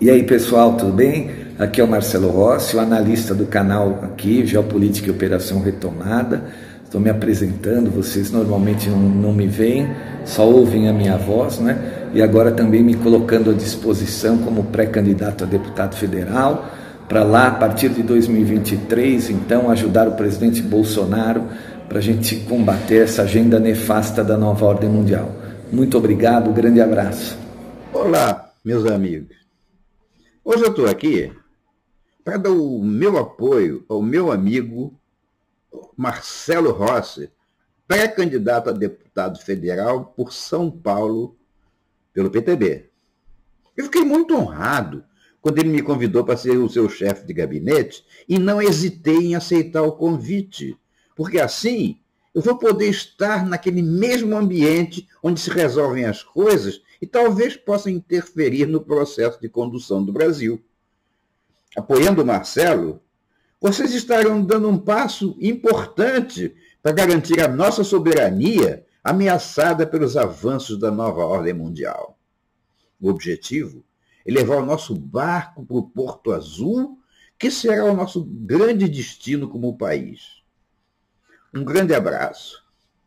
E aí pessoal, tudo bem? Aqui é o Marcelo Rossi, o analista do canal aqui, Geopolítica e Operação Retomada. Estou me apresentando, vocês normalmente não me veem, só ouvem a minha voz, né? E agora também me colocando à disposição como pré-candidato a deputado federal, para lá, a partir de 2023, então, ajudar o presidente Bolsonaro para a gente combater essa agenda nefasta da nova ordem mundial. Muito obrigado, grande abraço. Olá, meus amigos. Hoje eu estou aqui para dar o meu apoio ao meu amigo Marcelo Rossi, pré-candidato a deputado federal por São Paulo, pelo PTB. Eu fiquei muito honrado quando ele me convidou para ser o seu chefe de gabinete e não hesitei em aceitar o convite, porque assim eu vou poder estar naquele mesmo ambiente onde se resolvem as coisas e talvez possa interferir no processo de condução do Brasil. Apoiando o Marcelo, vocês estarão dando um passo importante para garantir a nossa soberania ameaçada pelos avanços da nova ordem mundial. O objetivo é levar o nosso barco para o Porto Azul, que será o nosso grande destino como país. Um grande abraço.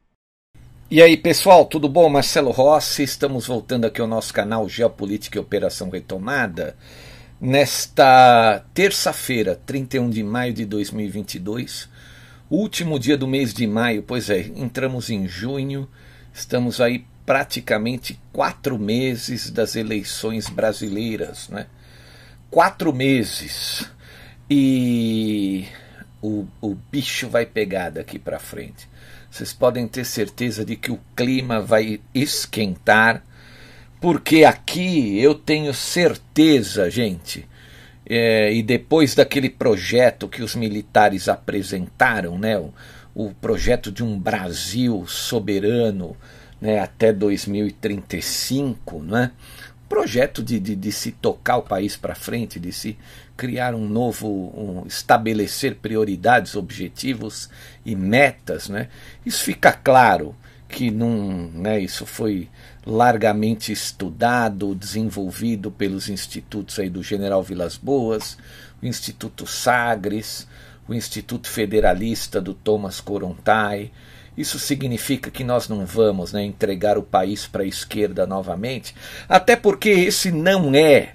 E aí pessoal, tudo bom? Marcelo Rossi, estamos voltando aqui ao nosso canal Geopolítica e Operação Retomada. Nesta terça-feira, 31 de maio de 2022, último dia do mês de maio, pois é, entramos em junho, estamos aí praticamente 4 meses das eleições brasileiras, né? 4 meses e o bicho vai pegar daqui para frente. Vocês podem ter certeza de que o clima vai esquentar, porque aqui eu tenho certeza, gente, e depois daquele projeto que os militares apresentaram, né, o projeto de um Brasil soberano, né, até 2035, né, projeto de se tocar o país para frente, de se criar estabelecer prioridades, objetivos e metas, né? Isso fica claro que isso foi largamente estudado, desenvolvido pelos institutos aí do General Vilas Boas, o Instituto Sagres, o Instituto Federalista do Thomas Korontai. Isso significa que nós não vamos, né, entregar o país para a esquerda novamente, até porque esse não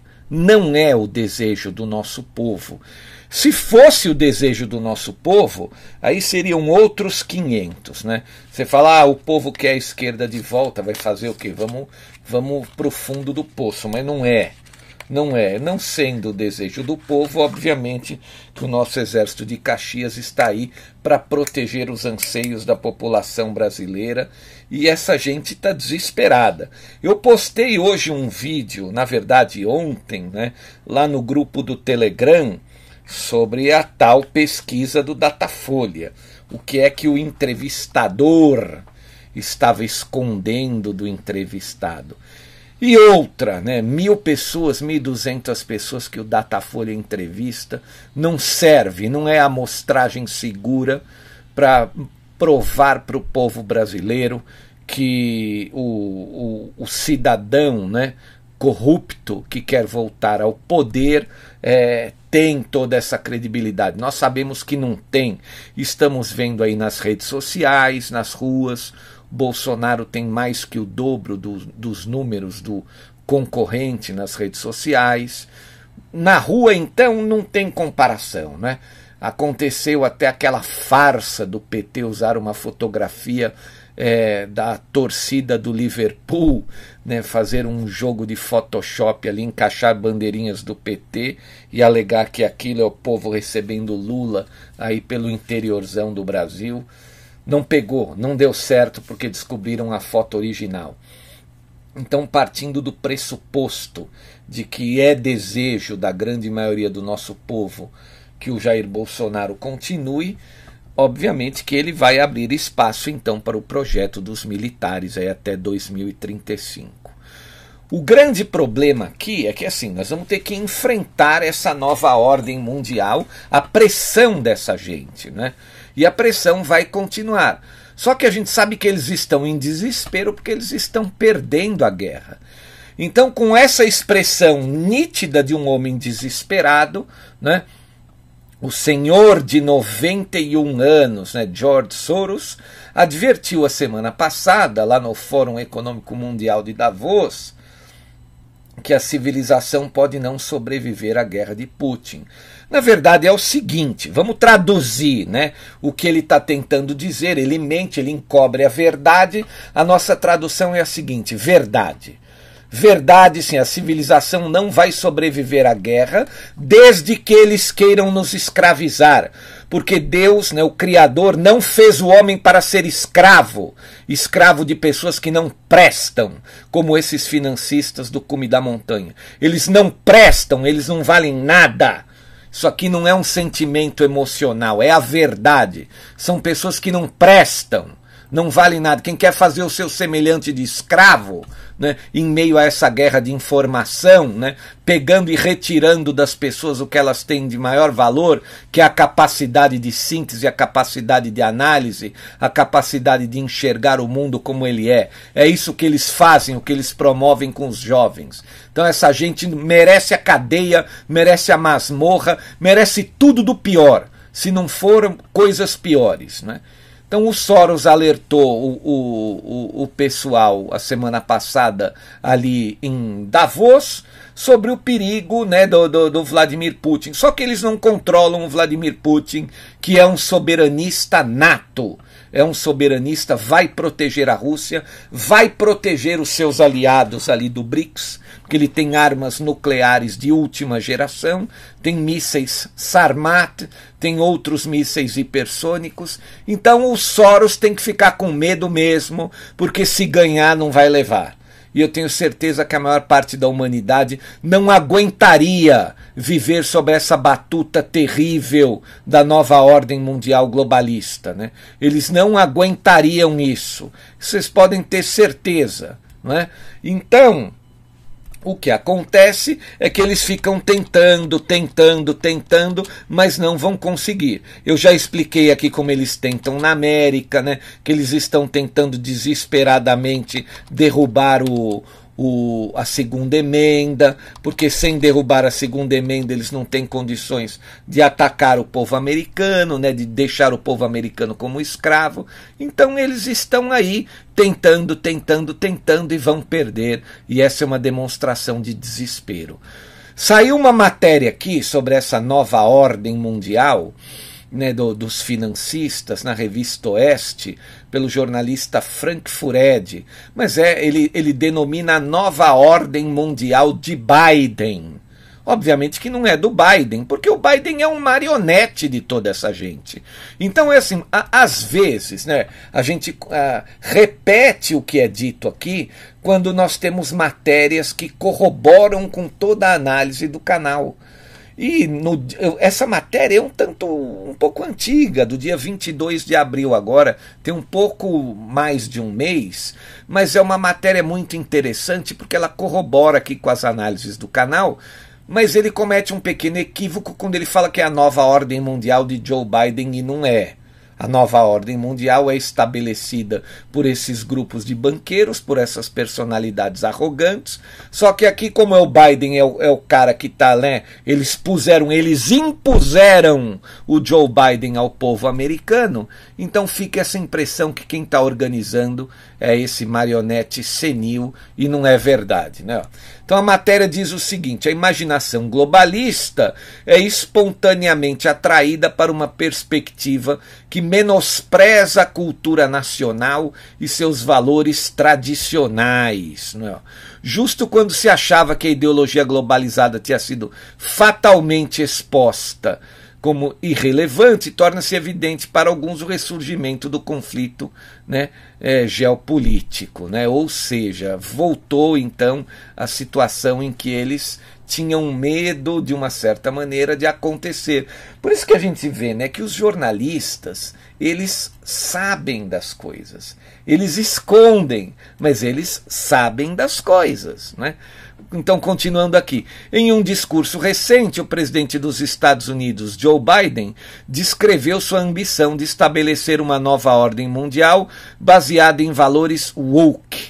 é o desejo do nosso povo. Se fosse o desejo do nosso povo, aí seriam outros 500, né? Você fala, o povo quer a esquerda de volta, vai fazer o quê? Vamos para o fundo do poço, mas não é. Não sendo o desejo do povo, obviamente que o nosso exército de Caxias está aí para proteger os anseios da população brasileira e essa gente está desesperada. Eu postei hoje um vídeo, na verdade ontem, né, lá no grupo do Telegram, sobre a tal pesquisa do Datafolha. O que é que o entrevistador estava escondendo do entrevistado. E outra, né, 1.000 pessoas, 1.200 pessoas que o Datafolha entrevista, não serve, não é amostragem segura para provar para o povo brasileiro que o cidadão, né, corrupto que quer voltar ao poder tem toda essa credibilidade. Nós sabemos que não tem. Estamos vendo aí nas redes sociais, nas ruas, Bolsonaro tem mais que o dobro dos números do concorrente nas redes sociais. Na rua, então, não tem comparação, né? Aconteceu até aquela farsa do PT usar uma fotografia da torcida do Liverpool, né, fazer um jogo de Photoshop ali, encaixar bandeirinhas do PT e alegar que aquilo é o povo recebendo Lula aí pelo interiorzão do Brasil. Não pegou, não deu certo porque descobriram a foto original. Então, partindo do pressuposto de que é desejo da grande maioria do nosso povo que o Jair Bolsonaro continue, obviamente que ele vai abrir espaço então para o projeto dos militares aí até 2035. O grande problema aqui é que assim, nós vamos ter que enfrentar essa nova ordem mundial, a pressão dessa gente, né? E a pressão vai continuar. Só que a gente sabe que eles estão em desespero porque eles estão perdendo a guerra. Então, com essa expressão nítida de um homem desesperado, né, o senhor de 91 anos, né, George Soros, advertiu a semana passada, lá no Fórum Econômico Mundial de Davos, que a civilização pode não sobreviver à guerra de Putin. Na verdade é o seguinte, vamos traduzir, né, o que ele está tentando dizer. Ele mente, ele encobre a verdade. A nossa tradução é a seguinte: verdade. Verdade, sim, a civilização não vai sobreviver à guerra desde que eles queiram nos escravizar. Porque Deus, né, o Criador, não fez o homem para ser escravo. Escravo de pessoas que não prestam, como esses financistas do cume da montanha. Eles não prestam, eles não valem nada. Isso aqui não é um sentimento emocional, é a verdade. São pessoas que não prestam, não valem nada. Quem quer fazer o seu semelhante de escravo, né, em meio a essa guerra de informação, né, pegando e retirando das pessoas o que elas têm de maior valor, que é a capacidade de síntese, a capacidade de análise, a capacidade de enxergar o mundo como ele é. É isso que eles fazem, o que eles promovem com os jovens. Então essa gente merece a cadeia, merece a masmorra, merece tudo do pior, se não foram coisas piores, né? Então o Soros alertou o pessoal a semana passada ali em Davos sobre o perigo, né, do Vladimir Putin. Só que eles não controlam o Vladimir Putin, que é um soberanista nato. É um soberanista, vai proteger a Rússia, vai proteger os seus aliados ali do BRICS, porque ele tem armas nucleares de última geração, tem mísseis Sarmat, tem outros mísseis hipersônicos. Então o Soros tem que ficar com medo mesmo, porque se ganhar não vai levar. E eu tenho certeza que a maior parte da humanidade não aguentaria viver sob essa batuta terrível da nova ordem mundial globalista, né? Eles não aguentariam isso. Vocês podem ter certeza, não é? Então, o que acontece é que eles ficam tentando, mas não vão conseguir. Eu já expliquei aqui como eles tentam na América, né? Que eles estão tentando desesperadamente derrubar a segunda emenda, porque sem derrubar a segunda emenda eles não têm condições de atacar o povo americano, né, de deixar o povo americano como escravo. Então eles estão aí tentando e vão perder, e essa é uma demonstração de desespero. Saiu uma matéria aqui sobre essa nova ordem mundial, né, dos financistas, na revista Oeste, pelo jornalista Frank Furedi, mas ele denomina a nova ordem mundial de Biden. Obviamente que não é do Biden, porque o Biden é um marionete de toda essa gente. Então é assim, às vezes, né, a gente repete o que é dito aqui quando nós temos matérias que corroboram com toda a análise do canal. E essa matéria é um pouco antiga, do dia 22 de abril agora, tem um pouco mais de um mês, mas é uma matéria muito interessante porque ela corrobora aqui com as análises do canal, mas ele comete um pequeno equívoco quando ele fala que é a nova ordem mundial de Joe Biden, e não é. A nova ordem mundial é estabelecida por esses grupos de banqueiros, por essas personalidades arrogantes. Só que aqui, como é o Biden, é o cara que está, né? Eles impuseram o Joe Biden ao povo americano. Então fica essa impressão que quem está organizando é esse marionete senil, e não é verdade, né? Então a matéria diz o seguinte: a imaginação globalista é espontaneamente atraída para uma perspectiva que menospreza a cultura nacional e seus valores tradicionais, né? Justo quando se achava que a ideologia globalizada tinha sido fatalmente exposta como irrelevante, torna-se evidente para alguns o ressurgimento do conflito, né, geopolítico, né? Ou seja, voltou então a situação em que eles tinham medo, de uma certa maneira, de acontecer. Por isso que a gente vê, né, que os jornalistas, eles sabem das coisas. Eles escondem, mas eles sabem das coisas, né? Então, continuando aqui, em um discurso recente, o presidente dos Estados Unidos, Joe Biden, descreveu sua ambição de estabelecer uma nova ordem mundial baseada em valores woke.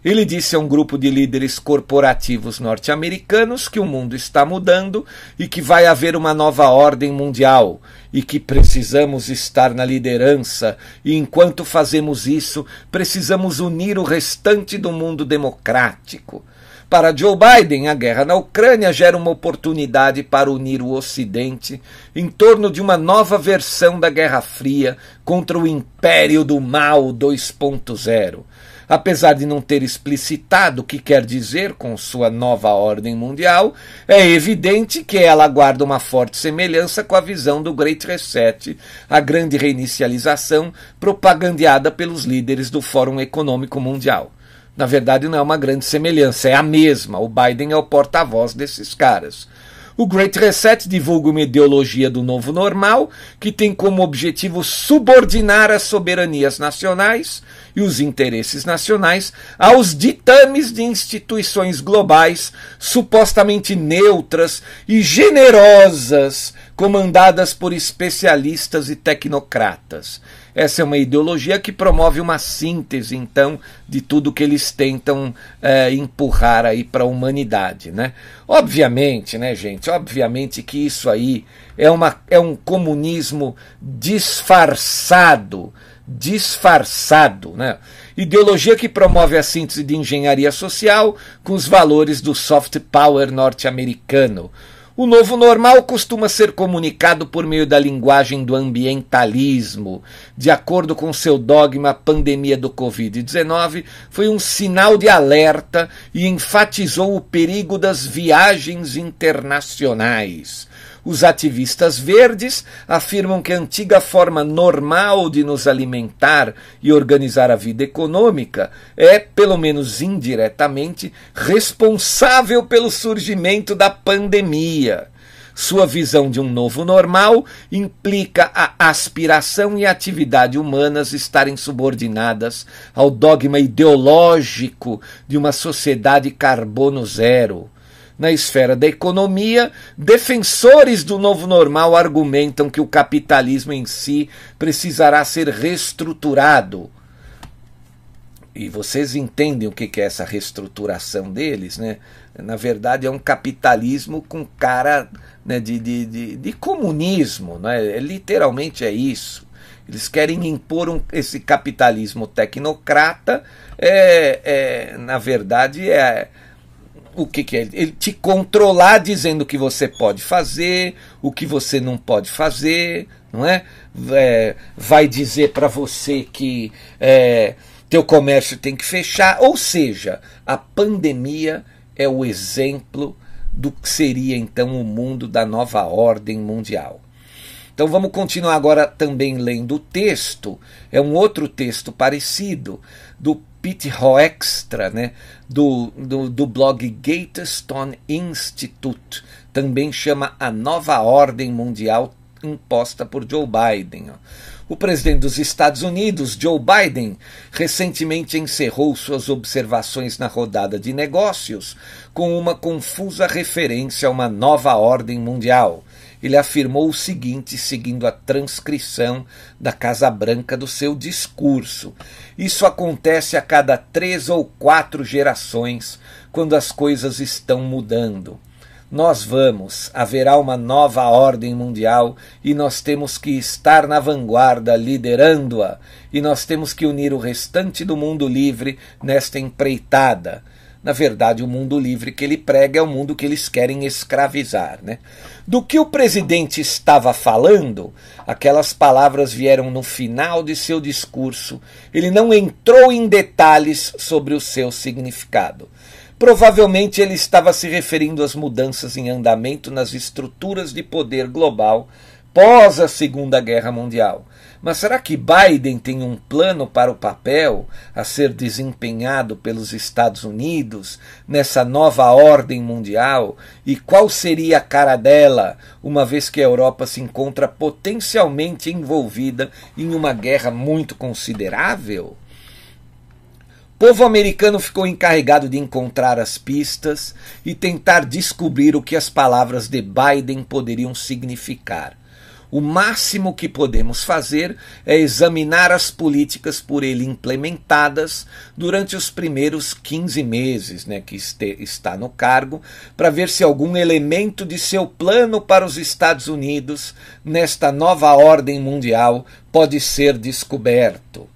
Ele disse a um grupo de líderes corporativos norte-americanos que o mundo está mudando e que vai haver uma nova ordem mundial e que precisamos estar na liderança e, enquanto fazemos isso, precisamos unir o restante do mundo democrático. Para Joe Biden, a guerra na Ucrânia gera uma oportunidade para unir o Ocidente em torno de uma nova versão da Guerra Fria contra o Império do Mal 2.0. Apesar de não ter explicitado o que quer dizer com sua nova ordem mundial, é evidente que ela guarda uma forte semelhança com a visão do Great Reset, a grande reinicialização propagandeada pelos líderes do Fórum Econômico Mundial. Na verdade, não é uma grande semelhança, é a mesma. O Biden é o porta-voz desses caras. O Great Reset divulga uma ideologia do novo normal que tem como objetivo subordinar as soberanias nacionais e os interesses nacionais aos ditames de instituições globais supostamente neutras e generosas, comandadas por especialistas e tecnocratas. Essa é uma ideologia que promove uma síntese, então, de tudo que eles tentam empurrar aí para a humanidade, né? Obviamente, né, gente? Obviamente que isso aí é um comunismo disfarçado, né? Ideologia que promove a síntese de engenharia social com os valores do soft power norte-americano. O novo normal costuma ser comunicado por meio da linguagem do ambientalismo. De acordo com seu dogma, a pandemia do Covid-19 foi um sinal de alerta e enfatizou o perigo das viagens internacionais. Os ativistas verdes afirmam que a antiga forma normal de nos alimentar e organizar a vida econômica é, pelo menos indiretamente, responsável pelo surgimento da pandemia. Sua visão de um novo normal implica a aspiração e a atividade humanas estarem subordinadas ao dogma ideológico de uma sociedade carbono zero. Na esfera da economia, defensores do novo normal argumentam que o capitalismo em si precisará ser reestruturado. E vocês entendem o que é essa reestruturação deles, né? Na verdade, é um capitalismo com cara, né, de comunismo, né? Literalmente é isso. Eles querem impor esse capitalismo tecnocrata, na verdade, o que é? Ele te controlar dizendo o que você pode fazer, o que você não pode fazer, não é? Vai dizer para você que teu comércio tem que fechar. Ou seja, a pandemia é o exemplo do que seria então o mundo da nova ordem mundial. Então vamos continuar agora também lendo o texto. É um outro texto parecido, do Pete Hoekstra, né, do blog Gatestone Institute, também chama A Nova Ordem Mundial imposta por Joe Biden. O presidente dos Estados Unidos, Joe Biden, recentemente encerrou suas observações na rodada de negócios com uma confusa referência a uma nova ordem mundial. Ele afirmou o seguinte, seguindo a transcrição da Casa Branca do seu discurso: isso acontece a cada 3 ou 4 gerações, quando as coisas estão mudando. Haverá uma nova ordem mundial e nós temos que estar na vanguarda, liderando-a, e nós temos que unir o restante do mundo livre nesta empreitada. Na verdade, o mundo livre que ele prega é o mundo que eles querem escravizar, né? Do que o presidente estava falando, aquelas palavras vieram no final de seu discurso. Ele não entrou em detalhes sobre o seu significado. Provavelmente ele estava se referindo às mudanças em andamento nas estruturas de poder global pós a Segunda Guerra Mundial. Mas será que Biden tem um plano para o papel a ser desempenhado pelos Estados Unidos nessa nova ordem mundial? E qual seria a cara dela, uma vez que a Europa se encontra potencialmente envolvida em uma guerra muito considerável? O povo americano ficou encarregado de encontrar as pistas e tentar descobrir o que as palavras de Biden poderiam significar. O máximo que podemos fazer é examinar as políticas por ele implementadas durante os primeiros 15 meses, né, que está no cargo, para ver se algum elemento de seu plano para os Estados Unidos nesta nova ordem mundial pode ser descoberto.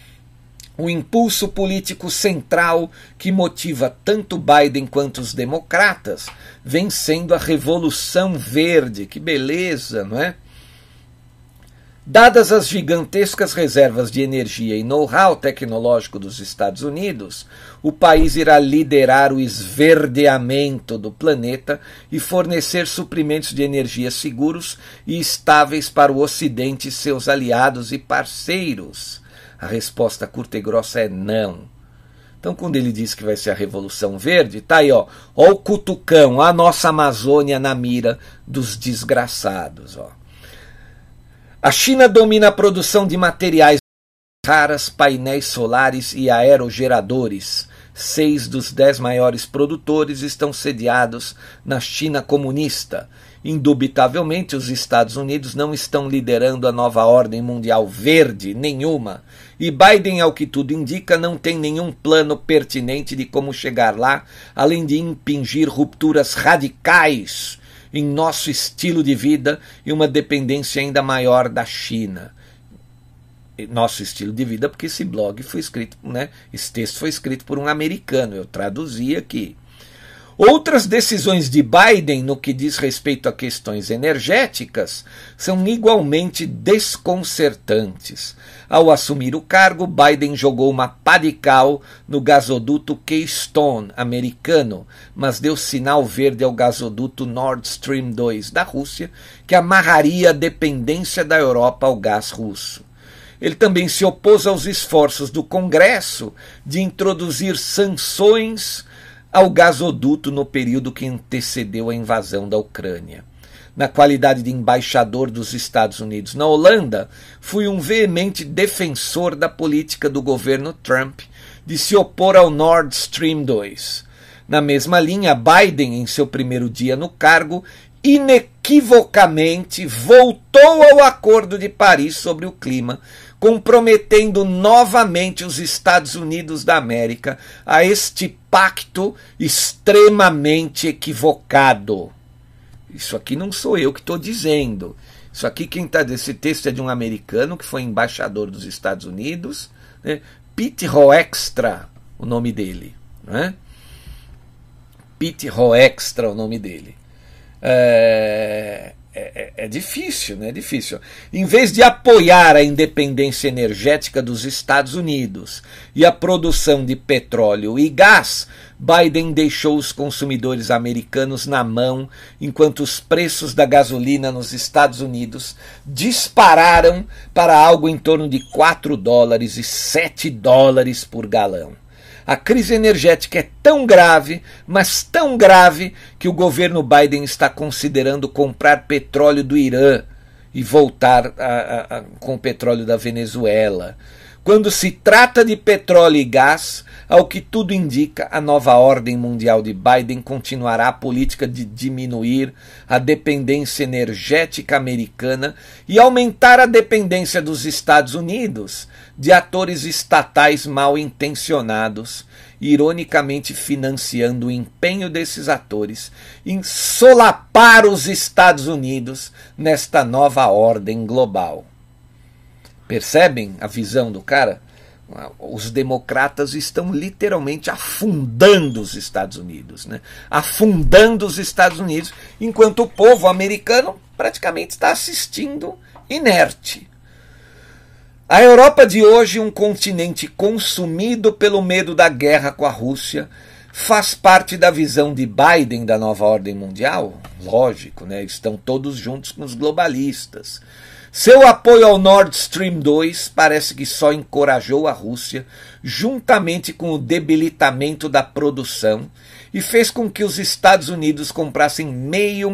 O impulso político central que motiva tanto Biden quanto os democratas vem sendo a Revolução Verde. Que beleza, não é? Dadas as gigantescas reservas de energia e know-how tecnológico dos Estados Unidos, o país irá liderar o esverdeamento do planeta e fornecer suprimentos de energia seguros e estáveis para o Ocidente e seus aliados e parceiros. A resposta curta e grossa é não. Então, quando ele diz que vai ser a Revolução Verde, tá aí, ó o cutucão, a nossa Amazônia na mira dos desgraçados, ó. A China domina a produção de materiais raras, painéis solares e aerogeradores. 6 dos 10 maiores produtores estão sediados na China comunista. Indubitavelmente, os Estados Unidos não estão liderando a nova ordem mundial verde, nenhuma. E Biden, ao que tudo indica, não tem nenhum plano pertinente de como chegar lá, além de impingir rupturas radicais em nosso estilo de vida e uma dependência ainda maior da China. Nosso estilo de vida, porque esse blog foi escrito, né? Esse texto foi escrito por um americano, eu traduzi aqui. Outras decisões de Biden no que diz respeito a questões energéticas são igualmente desconcertantes. Ao assumir o cargo, Biden jogou uma pá de cal no gasoduto Keystone americano, mas deu sinal verde ao gasoduto Nord Stream 2 da Rússia, que amarraria a dependência da Europa ao gás russo. Ele também se opôs aos esforços do Congresso de introduzir sanções ao gasoduto no período que antecedeu a invasão da Ucrânia. Na qualidade de embaixador dos Estados Unidos na Holanda, fui um veemente defensor da política do governo Trump de se opor ao Nord Stream 2. Na mesma linha, Biden, em seu primeiro dia no cargo, inequivocamente voltou ao Acordo de Paris sobre o clima, comprometendo novamente os Estados Unidos da América a este pacto extremamente equivocado. Isso aqui não sou eu que estou dizendo. Isso aqui quem está desse texto é de um americano que foi embaixador dos Estados Unidos, né? Pete Hoekstra, o nome dele, né? Pete Hoekstra, o nome dele. É difícil, né? É difícil. Em vez de apoiar a independência energética dos Estados Unidos e a produção de petróleo e gás, Biden deixou os consumidores americanos na mão, enquanto os preços da gasolina nos Estados Unidos dispararam para algo em torno de $4 e $7 por galão. A crise energética é tão grave, mas tão grave, que o governo Biden está considerando comprar petróleo do Irã e voltar com o petróleo da Venezuela. Quando se trata de petróleo e gás, ao que tudo indica, a nova ordem mundial de Biden continuará a política de diminuir a dependência energética americana e aumentar a dependência dos Estados Unidos de atores estatais mal intencionados, ironicamente financiando o empenho desses atores em solapar os Estados Unidos nesta nova ordem global. Percebem a visão do cara? Os democratas estão literalmente afundando os Estados Unidos, né? Afundando os Estados Unidos, enquanto o povo americano praticamente está assistindo inerte. A Europa de hoje, um continente consumido pelo medo da guerra com a Rússia, faz parte da visão de Biden da nova ordem mundial? Lógico, né? Estão todos juntos com os globalistas. Seu apoio ao Nord Stream 2 parece que só encorajou a Rússia, juntamente com o debilitamento da produção, e fez com que os Estados Unidos comprassem meio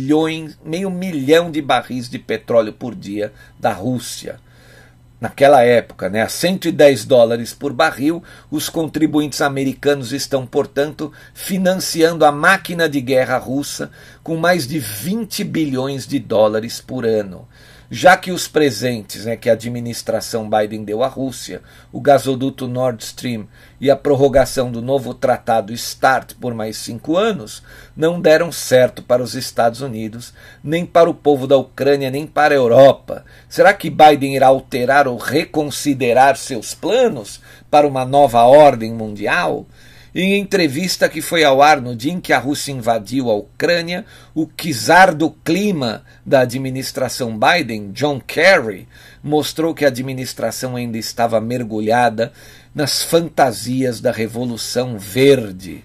milhão de barris de petróleo por dia da Rússia. Naquela época, né, a $110 por barril, os contribuintes americanos estão, portanto, financiando a máquina de guerra russa com mais de $20 bilhões por ano. já que os presentes, que a administração Biden deu à Rússia, o gasoduto Nord Stream e a prorrogação do novo tratado START por mais 5 anos, não deram certo para os Estados Unidos, nem para o povo da Ucrânia, nem para a Europa. Será que Biden irá alterar ou reconsiderar seus planos para uma nova ordem mundial? Em entrevista que foi ao ar no dia em que a Rússia invadiu a Ucrânia, o czar do clima da administração Biden, John Kerry, mostrou que a administração ainda estava mergulhada nas fantasias da Revolução Verde.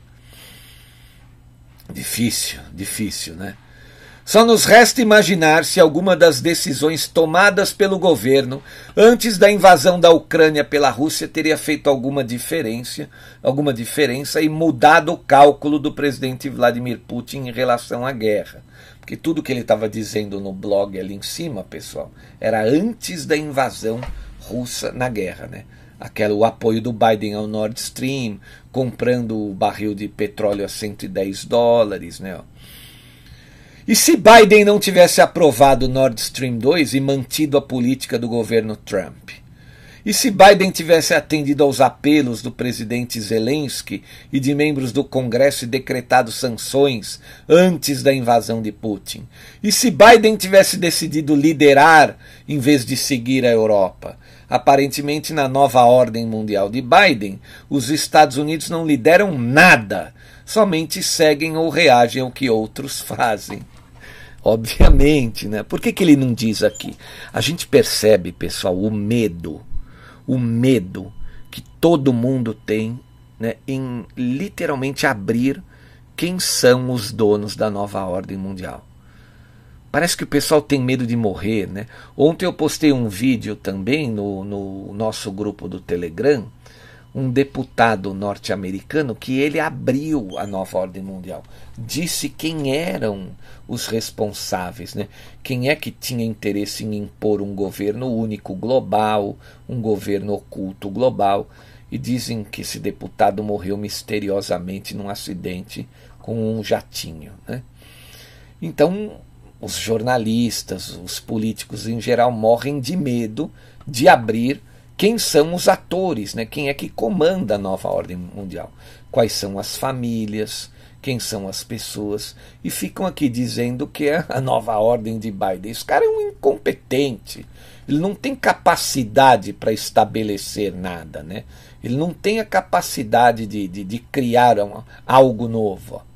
Difícil, né? Só nos resta imaginar se alguma das decisões tomadas pelo governo antes da invasão da Ucrânia pela Rússia teria feito alguma diferença e mudado o cálculo do presidente Vladimir Putin em relação à guerra. Porque tudo que ele estava dizendo no blog ali em cima, pessoal, era antes da invasão russa na guerra, né? O apoio do Biden ao Nord Stream, comprando o barril de petróleo a $110, né? E se Biden não tivesse aprovado o Nord Stream 2 e mantido a política do governo Trump? E se Biden tivesse atendido aos apelos do presidente Zelensky e de membros do Congresso e decretado sanções antes da invasão de Putin? E se Biden tivesse decidido liderar em vez de seguir a Europa? Aparentemente, na nova ordem mundial de Biden, os Estados Unidos não lideram nada, somente seguem ou reagem ao que outros fazem. Obviamente, né? Por que ele não diz aqui? A gente percebe, pessoal, o medo que todo mundo tem, né, em literalmente abrir quem são os donos da nova ordem mundial. Parece que o pessoal tem medo de morrer, né? Ontem eu postei um vídeo também no nosso grupo do Telegram, um deputado norte-americano que ele abriu a nova ordem mundial, disse quem eram os responsáveis, né? Quem é que tinha interesse em impor um governo único global, um governo oculto global, e dizem que esse deputado morreu misteriosamente num acidente com um jatinho, né? Então, os jornalistas, os políticos em geral morrem de medo de abrir quem são os atores, né? Quem é que comanda a nova ordem mundial, quais são as famílias, quem são as pessoas, e ficam aqui dizendo que é a nova ordem de Biden. Esse cara é um incompetente, ele não tem capacidade para estabelecer nada, né? Ele não tem a capacidade de criar algo novo. Ó.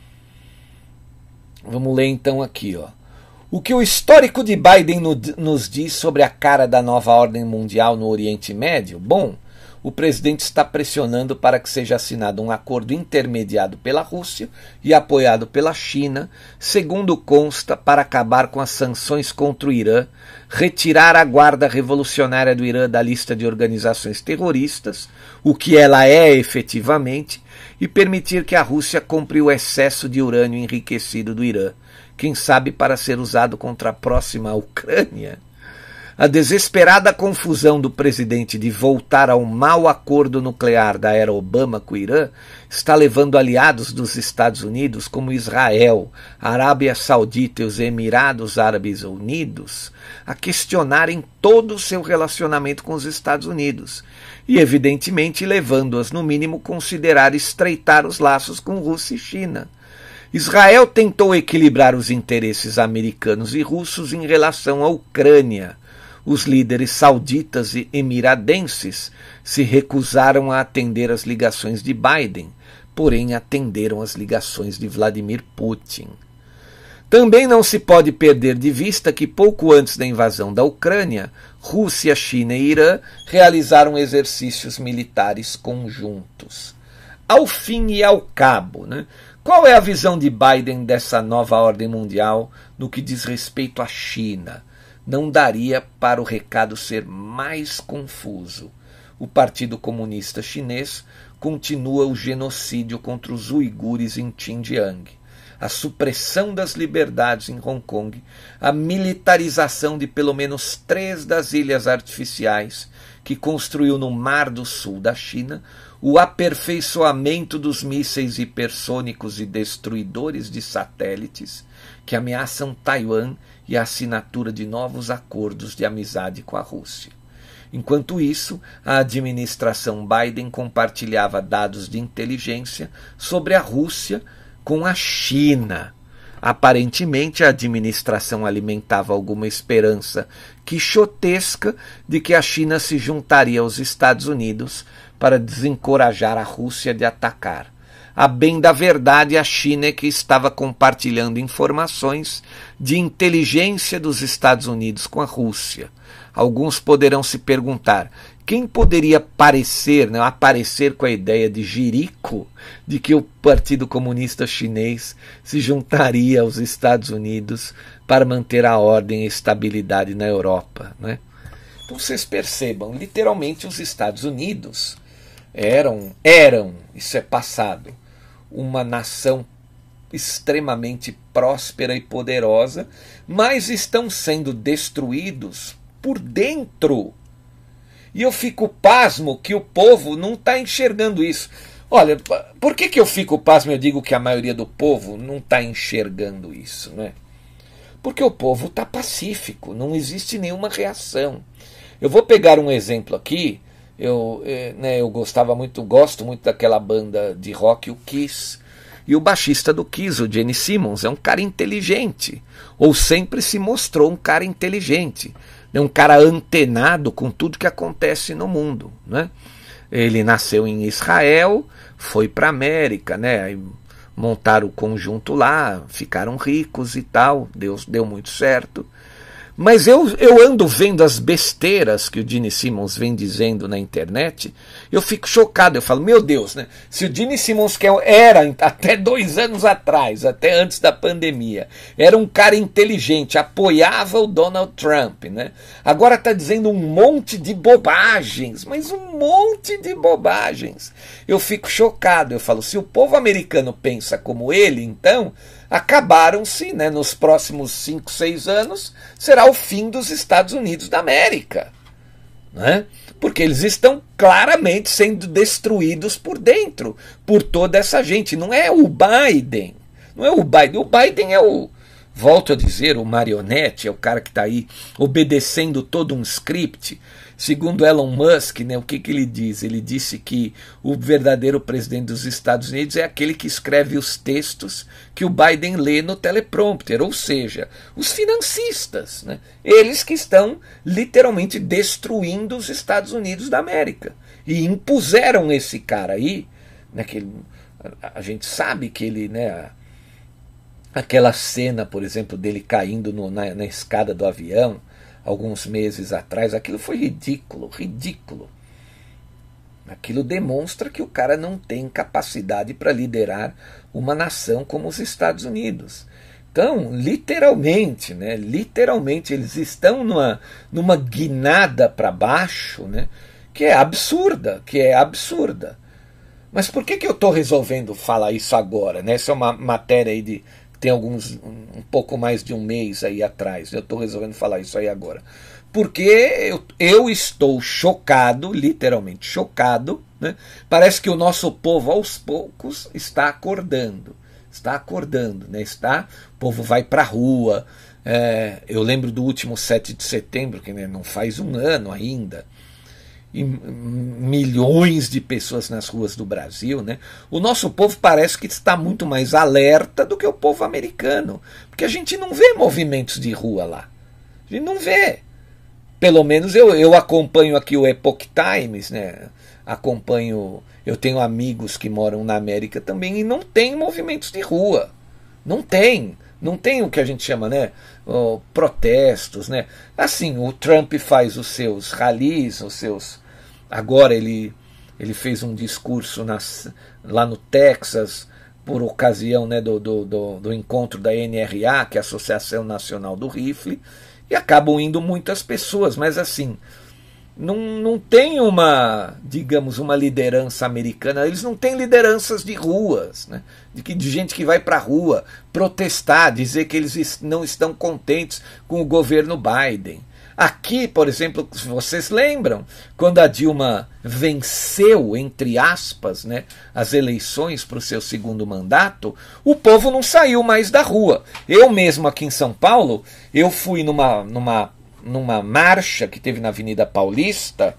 Vamos ler então aqui, ó. O que o histórico de Biden nos diz sobre a cara da nova ordem mundial no Oriente Médio? Bom, o presidente está pressionando para que seja assinado um acordo intermediado pela Rússia e apoiado pela China, segundo consta, para acabar com as sanções contra o Irã, retirar a Guarda Revolucionária do Irã da lista de organizações terroristas, o que ela é efetivamente, e permitir que a Rússia compre o excesso de urânio enriquecido do Irã, quem sabe para ser usado contra a próxima Ucrânia. A desesperada confusão do presidente de voltar ao mau acordo nuclear da era Obama com o Irã está levando aliados dos Estados Unidos, como Israel, a Arábia Saudita e os Emirados Árabes Unidos, a questionarem todo o seu relacionamento com os Estados Unidos e, evidentemente, levando-as, no mínimo, considerar estreitar os laços com Rússia e China. Israel tentou equilibrar os interesses americanos e russos em relação à Ucrânia. Os líderes sauditas e emiradenses se recusaram a atender às ligações de Biden, porém atenderam às ligações de Vladimir Putin. Também não se pode perder de vista que pouco antes da invasão da Ucrânia, Rússia, China e Irã realizaram exercícios militares conjuntos. Ao fim e ao cabo, né? Qual é a visão de Biden dessa nova ordem mundial no que diz respeito à China? Não daria para o recado ser mais confuso. O Partido Comunista Chinês continua o genocídio contra os uigures em Xinjiang, a supressão das liberdades em Hong Kong, a militarização de pelo menos 3 das ilhas artificiais que construiu no Mar do Sul da China, o aperfeiçoamento dos mísseis hipersônicos e destruidores de satélites que ameaçam Taiwan e a assinatura de novos acordos de amizade com a Rússia. Enquanto isso, a administração Biden compartilhava dados de inteligência sobre a Rússia com a China. Aparentemente, a administração alimentava alguma esperança quixotesca de que a China se juntaria aos Estados Unidos para desencorajar a Rússia de atacar. A bem da verdade, a China é que estava compartilhando informações de inteligência dos Estados Unidos com a Rússia. Alguns poderão se perguntar, quem poderia aparecer com a ideia de jirico de que o Partido Comunista Chinês se juntaria aos Estados Unidos para manter a ordem e a estabilidade na Europa, né? Então vocês percebam, literalmente os Estados Unidos eram, isso é passado, uma nação extremamente próspera e poderosa, mas estão sendo destruídos por dentro. E eu fico pasmo que o povo não está enxergando isso. Olha, por que eu fico pasmo e eu digo que a maioria do povo não está enxergando isso, né? Porque o povo está pacífico, não existe nenhuma reação. Eu vou pegar um exemplo aqui. Eu gosto muito daquela banda de rock, o Kiss. E o baixista do Kiss, o Gene Simmons, é um cara inteligente. Ou sempre se mostrou um cara inteligente. É um cara antenado com tudo que acontece no mundo, né? Ele nasceu em Israel, foi para a América, né? Aí montaram o conjunto lá, ficaram ricos e tal, deu muito certo. Mas eu ando vendo as besteiras que o Gene Simmons vem dizendo na internet, eu fico chocado, eu falo, meu Deus, né? Se o Gene Simmons, que era até 2 anos atrás, até antes da pandemia, era um cara inteligente, apoiava o Donald Trump, né? Agora está dizendo um monte de bobagens, mas um monte de bobagens. Eu fico chocado, eu falo, se o povo americano pensa como ele, então acabaram-se, né, nos próximos 5, 6 anos, será o fim dos Estados Unidos da América, né? Porque eles estão claramente sendo destruídos por dentro, por toda essa gente. Não é o Biden, o Biden é volto a dizer, o marionete, é o cara que está aí obedecendo todo um script. Segundo Elon Musk, né, o que ele diz? Ele disse que o verdadeiro presidente dos Estados Unidos é aquele que escreve os textos que o Biden lê no teleprompter, ou seja, os financistas, né, eles que estão literalmente destruindo os Estados Unidos da América. E impuseram esse cara aí, né, que a gente sabe que ele, né, aquela cena, por exemplo, dele caindo na escada do avião, alguns meses atrás, aquilo foi ridículo. Aquilo demonstra que o cara não tem capacidade para liderar uma nação como os Estados Unidos. Então, literalmente, eles estão numa guinada para baixo, né, que é absurda. Mas por que eu estou resolvendo falar isso agora, né? Essa é uma matéria aí tem um pouco mais de um mês aí atrás. Eu estou resolvendo falar isso aí agora. Porque eu estou chocado, literalmente chocado, né? Parece que o nosso povo aos poucos está acordando, né? O povo vai para a rua. Eu lembro do último 7 de setembro, que, né, não faz um ano ainda. E milhões de pessoas nas ruas do Brasil, né? O nosso povo parece que está muito mais alerta do que o povo americano, porque a gente não vê movimentos de rua lá, a gente não vê. Pelo menos eu acompanho aqui o Epoch Times, né? Eu tenho amigos que moram na América também e não tem movimentos de rua, não tem o que a gente chama, né, protestos, né? Assim, o Trump faz os seus rallies, agora ele fez um discurso lá no Texas por ocasião, né, do encontro da NRA, que é a Associação Nacional do Rifle, e acabam indo muitas pessoas, mas assim, não tem uma liderança americana, eles não têm lideranças de ruas, né? De gente que vai para a rua protestar, dizer que eles não estão contentes com o governo Biden. Aqui, por exemplo, se vocês lembram, quando a Dilma venceu, entre aspas, né, as eleições para o seu segundo mandato, o povo não saiu mais da rua. Eu mesmo aqui em São Paulo, eu fui numa marcha que teve na Avenida Paulista,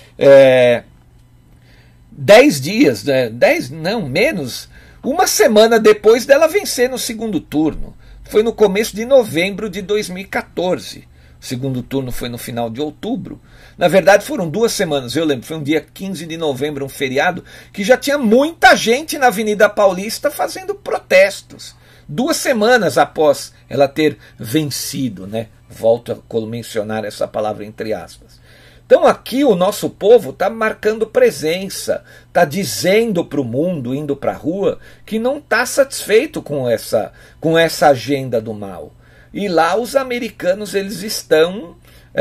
10 dias, 10, não, menos, uma semana depois dela vencer no segundo turno. Foi no começo de novembro de 2014. O segundo turno foi no final de outubro. Na verdade foram 2 semanas, eu lembro, foi um dia 15 de novembro, um feriado, que já tinha muita gente na Avenida Paulista fazendo protestos. 2 semanas após ela ter vencido, né? Volto a mencionar essa palavra entre aspas. Então aqui o nosso povo está marcando presença, está dizendo para o mundo, indo para a rua, que não está satisfeito com essa agenda do mal. E lá os americanos eles estão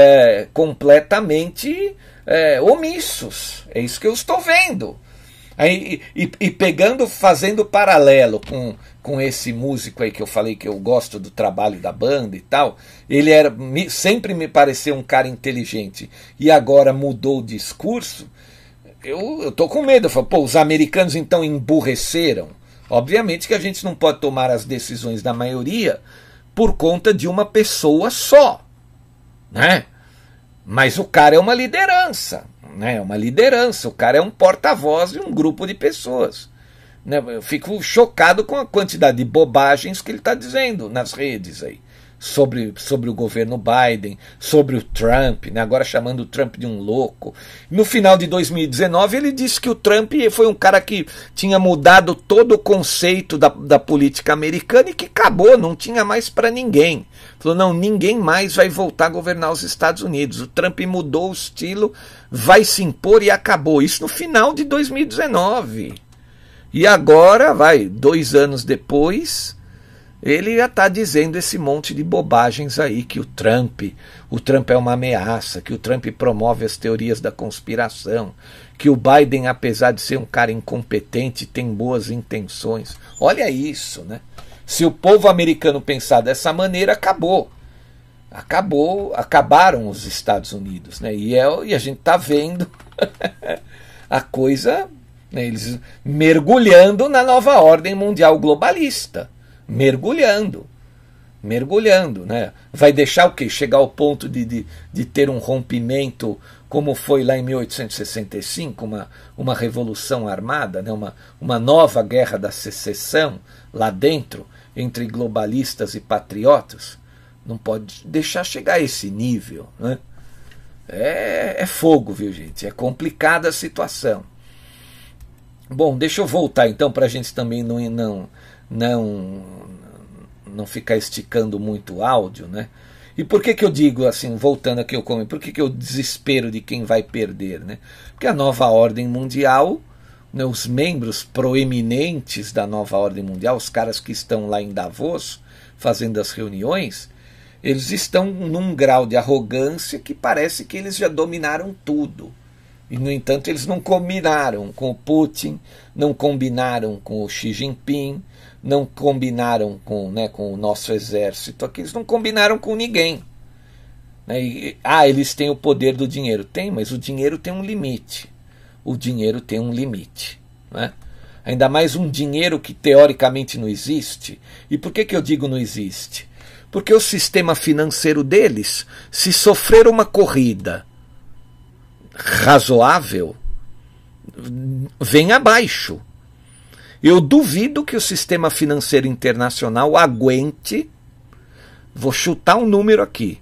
completamente omissos. É isso que eu estou vendo. Aí, e pegando, fazendo paralelo com esse músico aí que eu falei que eu gosto do trabalho da banda e tal, ele sempre me pareceu um cara inteligente e agora mudou o discurso, eu tô com medo. Eu falo, pô, os americanos então emburreceram. Obviamente que a gente não pode tomar as decisões da maioria por conta de uma pessoa só, né? Mas o cara é uma liderança, né? É uma liderança, o cara é um porta-voz de um grupo de pessoas, né? Eu fico chocado com a quantidade de bobagens que ele está dizendo nas redes aí, sobre o governo Biden, sobre o Trump, né? Agora chamando o Trump de um louco. No final de 2019 ele disse que o Trump foi um cara que tinha mudado todo o conceito da política americana e que acabou, não tinha mais para ninguém. Falou, não, ninguém mais vai voltar a governar os Estados Unidos. O Trump mudou o estilo, vai se impor e acabou. Isso no final de 2019. E agora, 2 anos depois, ele já está dizendo esse monte de bobagens aí, que o Trump é uma ameaça, que o Trump promove as teorias da conspiração, que o Biden, apesar de ser um cara incompetente, tem boas intenções. Olha isso, né? Se o povo americano pensar dessa maneira, acabaram os Estados Unidos, né? E a gente está vendo a coisa, né, eles mergulhando na nova ordem mundial globalista, mergulhando, né? Vai deixar o quê? Chegar ao ponto de ter um rompimento como foi lá em 1865, uma revolução armada, né? uma nova guerra da secessão lá dentro, entre globalistas e patriotas. Não pode deixar chegar a esse nível, né? É fogo, viu, gente? É complicada a situação. Bom, deixa eu voltar então para a gente também não ficar esticando muito o áudio, né? E por que eu digo assim, voltando aqui ao comentário, por que eu desespero de quem vai perder, né? Porque a nova ordem mundial, né, os membros proeminentes da nova ordem mundial, os caras que estão lá em Davos fazendo as reuniões, eles estão num grau de arrogância que parece que eles já dominaram tudo. E, no entanto, eles não combinaram com o Putin, não combinaram com o Xi Jinping, não combinaram com o nosso exército aqui, eles não combinaram com ninguém. Né? Eles têm o poder do dinheiro. Tem, mas o dinheiro tem um limite. O dinheiro tem um limite. Né? Ainda mais um dinheiro que teoricamente não existe. E por que eu digo não existe? Porque o sistema financeiro deles, se sofrer uma corrida razoável, vem abaixo. Eu duvido que o sistema financeiro internacional aguente, vou chutar um número aqui,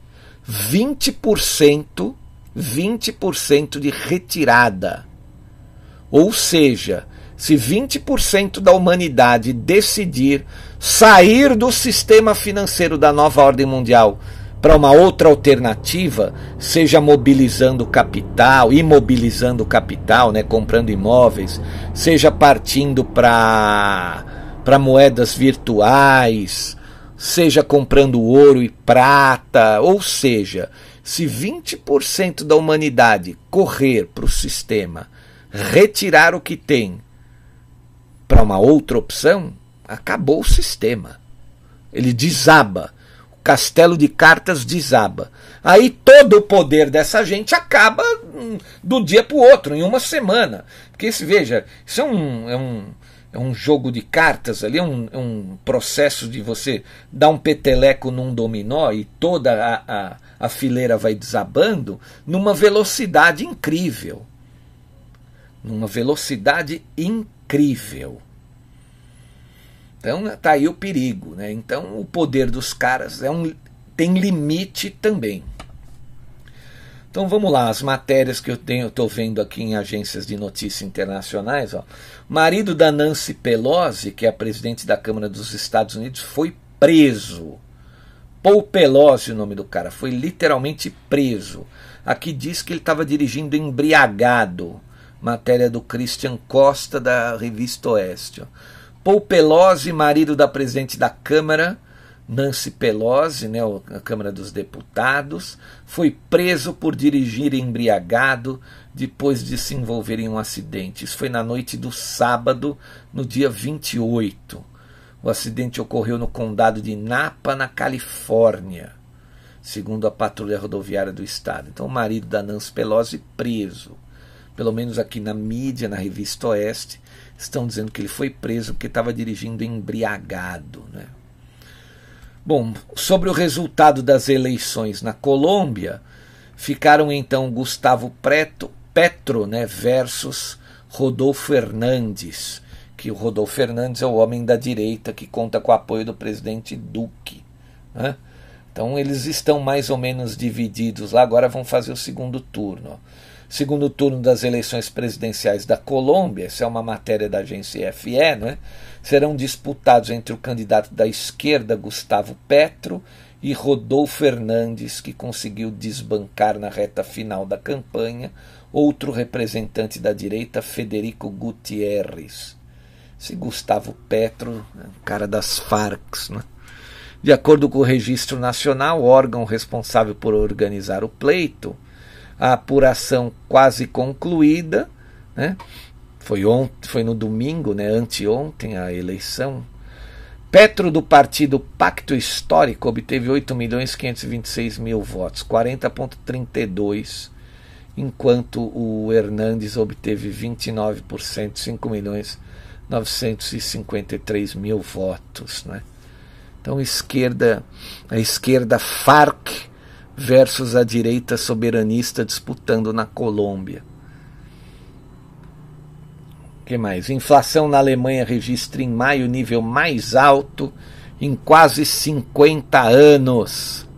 20% de retirada. Ou seja, se 20% da humanidade decidir sair do sistema financeiro da nova ordem mundial para uma outra alternativa, seja mobilizando capital, imobilizando capital, né, comprando imóveis, seja partindo para moedas virtuais, seja comprando ouro e prata, ou seja, se 20% da humanidade correr para o sistema, retirar o que tem para uma outra opção, acabou o sistema. Ele desaba. castelo de cartas desaba. Aí todo o poder dessa gente acaba do dia para o outro, em uma semana. Porque, veja, isso é um jogo de cartas ali, é um processo de você dar um peteleco num dominó e toda a fileira vai desabando numa velocidade incrível. Numa velocidade incrível. Então tá aí o perigo, né? Então o poder dos caras tem limite também. Então vamos lá, as matérias que eu estou vendo aqui em agências de notícias internacionais. Ó. Marido da Nancy Pelosi, que é a presidente da Câmara dos Estados Unidos, foi preso. Paul Pelosi, o nome do cara, foi literalmente preso. Aqui diz que ele estava dirigindo embriagado. Matéria do Christian Costa, da Revista Oeste. Ó. Paul Pelosi, marido da presidente da Câmara, Nancy Pelosi, né, a Câmara dos Deputados, foi preso por dirigir embriagado depois de se envolver em um acidente. Isso foi na noite do sábado, no dia 28. O acidente ocorreu no condado de Napa, na Califórnia, segundo a patrulha rodoviária do estado. Então o marido da Nancy Pelosi preso. Pelo menos aqui na mídia, na Revista Oeste, estão dizendo que ele foi preso porque estava dirigindo embriagado, né? Bom, sobre o resultado das eleições na Colômbia, ficaram então Gustavo Petro, né, versus Rodolfo Hernández, que o Rodolfo Hernández é o homem da direita que conta com o apoio do presidente Duque, né? Então eles estão mais ou menos divididos lá, agora vão fazer o segundo turno. Ó. Segundo turno das eleições presidenciais da Colômbia, essa é uma matéria da agência EFE, né? Serão disputados entre o candidato da esquerda, Gustavo Petro, e Rodolfo Hernández, que conseguiu desbancar na reta final da campanha outro representante da direita, Federico Gutierrez. Esse Gustavo Petro, cara das Farc, né? De acordo com o Registro Nacional, o órgão responsável por organizar o pleito, a apuração quase concluída, né? Foi no domingo, né? Anteontem a eleição. Petro, do partido Pacto Histórico, obteve 8.526.000 votos, 40,32%, enquanto o Hernández obteve 29%, 5.953.000 votos, né? Então a esquerda Farc versus a direita soberanista disputando na Colômbia. O que mais? Inflação na Alemanha registra em maio o nível mais alto em quase 50 anos.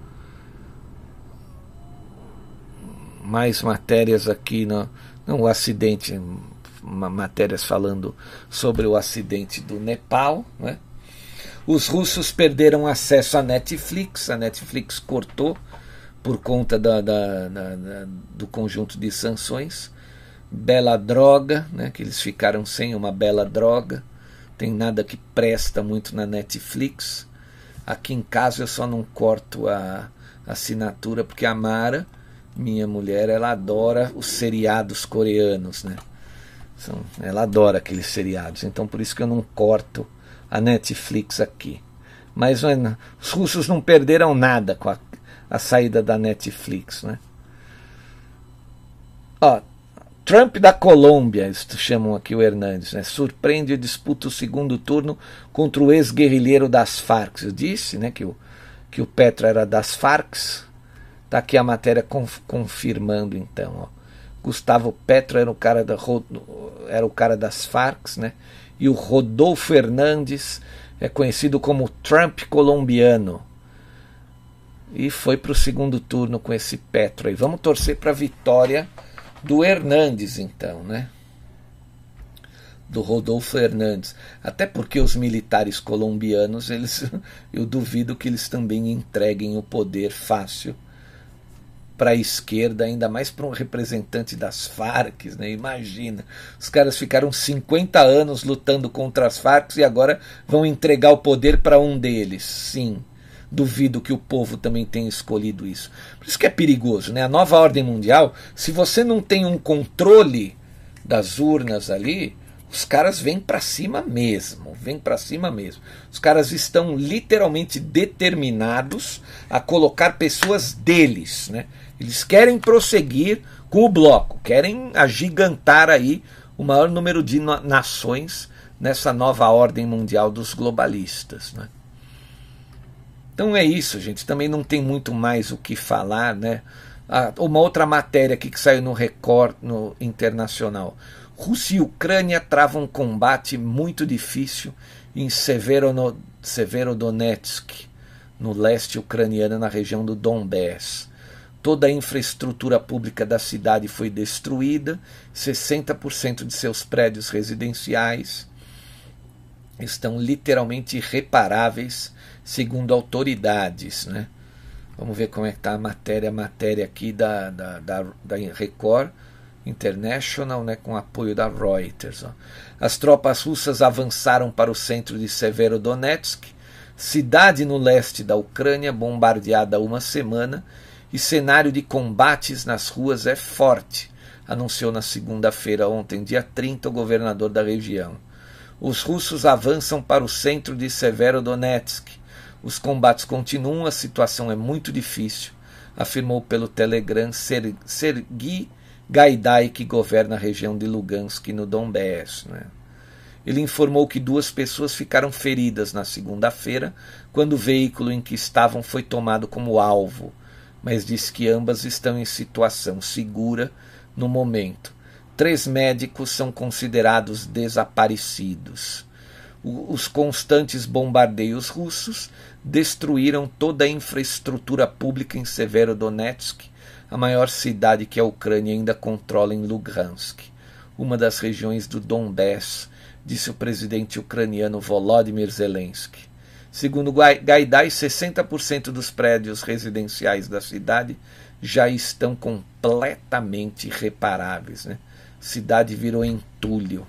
Mais matérias aqui no acidente, matérias falando sobre o acidente do Nepal, né? Os russos perderam acesso à Netflix, a Netflix cortou por conta do conjunto de sanções. Bela droga, né, que eles ficaram sem uma bela droga. Tem nada que presta muito na Netflix. Aqui em casa eu só não corto a assinatura porque a Mara, minha mulher, ela adora os seriados coreanos, né? Ela adora aqueles seriados, então por isso que eu não corto a Netflix aqui. Mas os russos não perderam nada com a saída da Netflix, né? Ó, Trump da Colômbia, eles chamam aqui o Hernández, né? Surpreende e disputa o segundo turno contra o ex-guerrilheiro das Farc. Eu disse, né, que o Petro era das Farc. Está aqui a matéria confirmando, então. Ó. Gustavo Petro era o cara das Farc, né? E o Rodolfo Hernández é conhecido como Trump colombiano. E foi para o segundo turno com esse Petro aí. Vamos torcer para a vitória do Hernández, então, né? Do Rodolfo Hernández. Até porque os militares colombianos, eu duvido que eles também entreguem o poder fácil para a esquerda, ainda mais para um representante das Farc, né? Imagina, os caras ficaram 50 anos lutando contra as Farc e agora vão entregar o poder para um deles. Sim, duvido que o povo também tenha escolhido isso. Por isso que é perigoso, né? A nova ordem mundial, se você não tem um controle das urnas ali, os caras vêm para cima mesmo, vêm para cima mesmo. Os caras estão literalmente determinados a colocar pessoas deles, né? Eles querem prosseguir com o bloco, querem agigantar aí o maior número de nações nessa nova ordem mundial dos globalistas, né? Então é isso, gente. Também não tem muito mais o que falar, né? Uma outra matéria aqui que saiu no Record no Internacional. Rússia e Ucrânia travam um combate muito difícil em Severodonetsk, no leste ucraniano, na região do Donbass. Toda a infraestrutura pública da cidade foi destruída, 60% de seus prédios residenciais estão literalmente irreparáveis, segundo autoridades, né? Vamos ver como é que está a matéria aqui da Record International, né, com apoio da Reuters. Ó. As tropas russas avançaram para o centro de Severodonetsk, cidade no leste da Ucrânia, bombardeada há uma semana, e cenário de combates nas ruas é forte, anunciou na segunda-feira, ontem, dia 30, o governador da região. Os russos avançam para o centro de Severodonetsk. Os combates continuam, a situação é muito difícil, afirmou pelo Telegram Sergiy Gaidai, que governa a região de Lugansk, no Donbass, né? Ele informou que 2 pessoas ficaram feridas na segunda-feira, quando o veículo em que estavam foi tomado como alvo, mas disse que ambas estão em situação segura no momento. 3 médicos são considerados desaparecidos. Os constantes bombardeios russos destruíram toda a infraestrutura pública em Severodonetsk, a maior cidade que a Ucrânia ainda controla em Lugansk, uma das regiões do Donbass, disse o presidente ucraniano Volodymyr Zelensky. Segundo Gaidai, 60% dos prédios residenciais da cidade já estão completamente irreparáveis, né? A cidade virou entulho.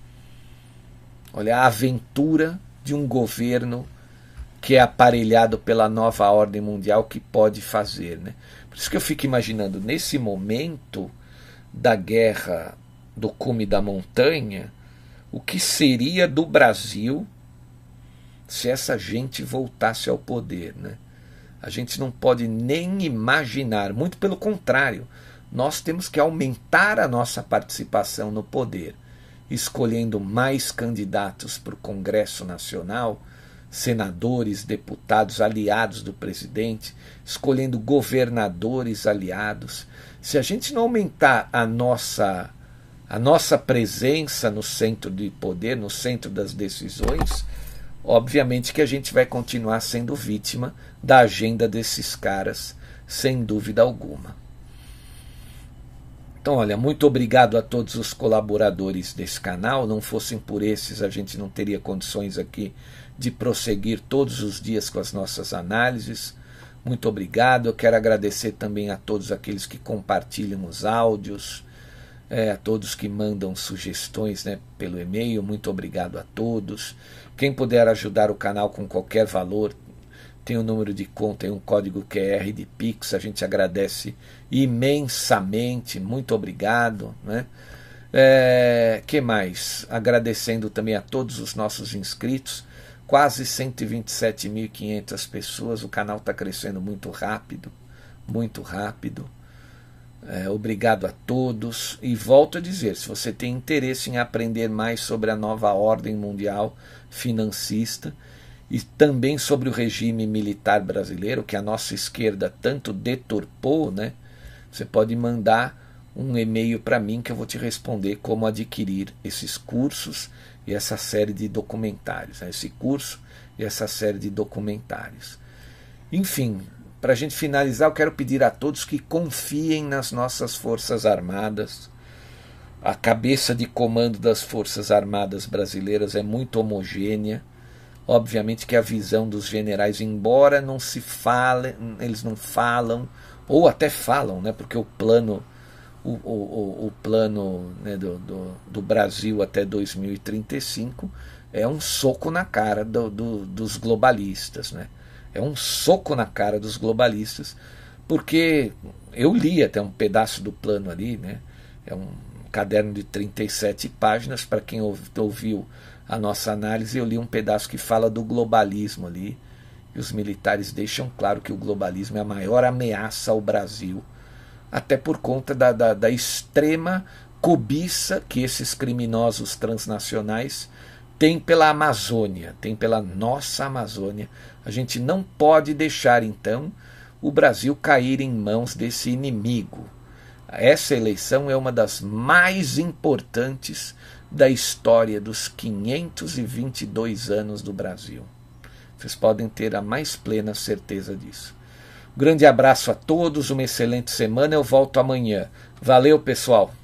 Olha a aventura de um governo que é aparelhado pela nova ordem mundial, que pode fazer, né? Por isso que eu fico imaginando, nesse momento da guerra do cume da montanha, o que seria do Brasil se essa gente voltasse ao poder, né? A gente não pode nem imaginar, muito pelo contrário, nós temos que aumentar a nossa participação no poder, escolhendo mais candidatos para o Congresso Nacional, senadores, deputados aliados do presidente, escolhendo governadores aliados. Se a gente não aumentar a nossa presença no centro de poder, no centro das decisões, obviamente que a gente vai continuar sendo vítima da agenda desses caras, sem dúvida alguma. Então, olha, muito obrigado a todos os colaboradores desse canal. Não fossem por esses, a gente não teria condições aqui de prosseguir todos os dias com as nossas análises. Muito obrigado. Eu quero agradecer também a todos aqueles que compartilham os áudios, a todos que mandam sugestões, né, pelo e-mail. Muito obrigado a todos. Quem puder ajudar o canal com qualquer valor, tem um número de conta e um código QR de Pix, a gente agradece imensamente, muito obrigado, né? Que mais? Agradecendo também a todos os nossos inscritos, quase 127.500 pessoas, o canal está crescendo muito rápido, muito rápido. Obrigado a todos, e volto a dizer, se você tem interesse em aprender mais sobre a nova ordem mundial financista, e também sobre o regime militar brasileiro, que a nossa esquerda tanto deturpou, né? Você pode mandar um e-mail para mim que eu vou te responder como adquirir esses cursos e essa série de documentários, né? Esse curso e essa série de documentários. Enfim, para a gente finalizar, eu quero pedir a todos que confiem nas nossas Forças Armadas. A cabeça de comando das Forças Armadas brasileiras é muito homogênea. Obviamente que a visão dos generais, embora não se fale, eles não falam, ou até falam, né, porque o plano, né, do Brasil até 2035 é um soco na cara dos globalistas, né? É um soco na cara dos globalistas, porque eu li até um pedaço do plano ali, né? caderno de 37 páginas. Para quem ouviu a nossa análise, eu li um pedaço que fala do globalismo ali, e os militares deixam claro que o globalismo é a maior ameaça ao Brasil, até por conta da extrema cobiça que esses criminosos transnacionais têm pela Amazônia, têm pela nossa Amazônia. A gente não pode deixar, então, o Brasil cair em mãos desse inimigo. Essa eleição é uma das mais importantes da história dos 522 anos do Brasil. Vocês podem ter a mais plena certeza disso. Um grande abraço a todos, uma excelente semana. Eu volto amanhã. Valeu, pessoal!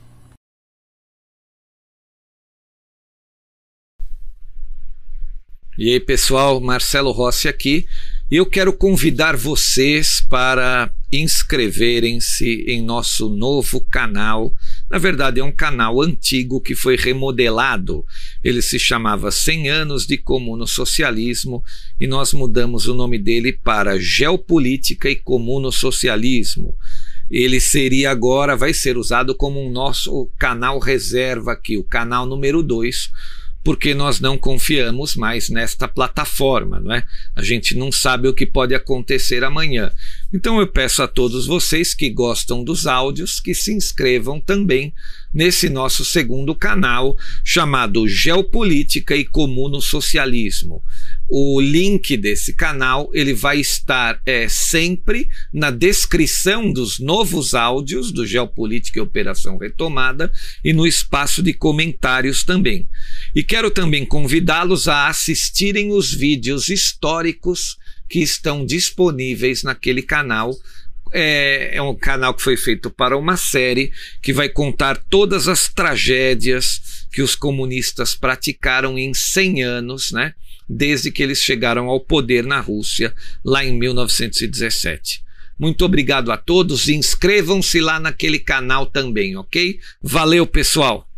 E aí, pessoal, Marcelo Rossi aqui. E eu quero convidar vocês para inscreverem-se em nosso novo canal. Na verdade, é um canal antigo que foi remodelado. Ele se chamava 100 anos de comuno-socialismo e nós mudamos o nome dele para Geopolítica e Comuno-Socialismo. Ele seria agora, vai ser usado como um nosso canal reserva aqui, o canal número 2, porque nós não confiamos mais nesta plataforma, não é? A gente não sabe o que pode acontecer amanhã. Então eu peço a todos vocês que gostam dos áudios que se inscrevam também nesse nosso segundo canal chamado Geopolítica e Comuno-Socialismo. O link desse canal ele vai estar sempre na descrição dos novos áudios do Geopolítica e Operação Retomada e no espaço de comentários também. E quero também convidá-los a assistirem os vídeos históricos que estão disponíveis naquele canal. É um canal que foi feito para uma série que vai contar todas as tragédias que os comunistas praticaram em 100 anos, né? Desde que eles chegaram ao poder na Rússia, lá em 1917. Muito obrigado a todos e inscrevam-se lá naquele canal também, ok? Valeu, pessoal!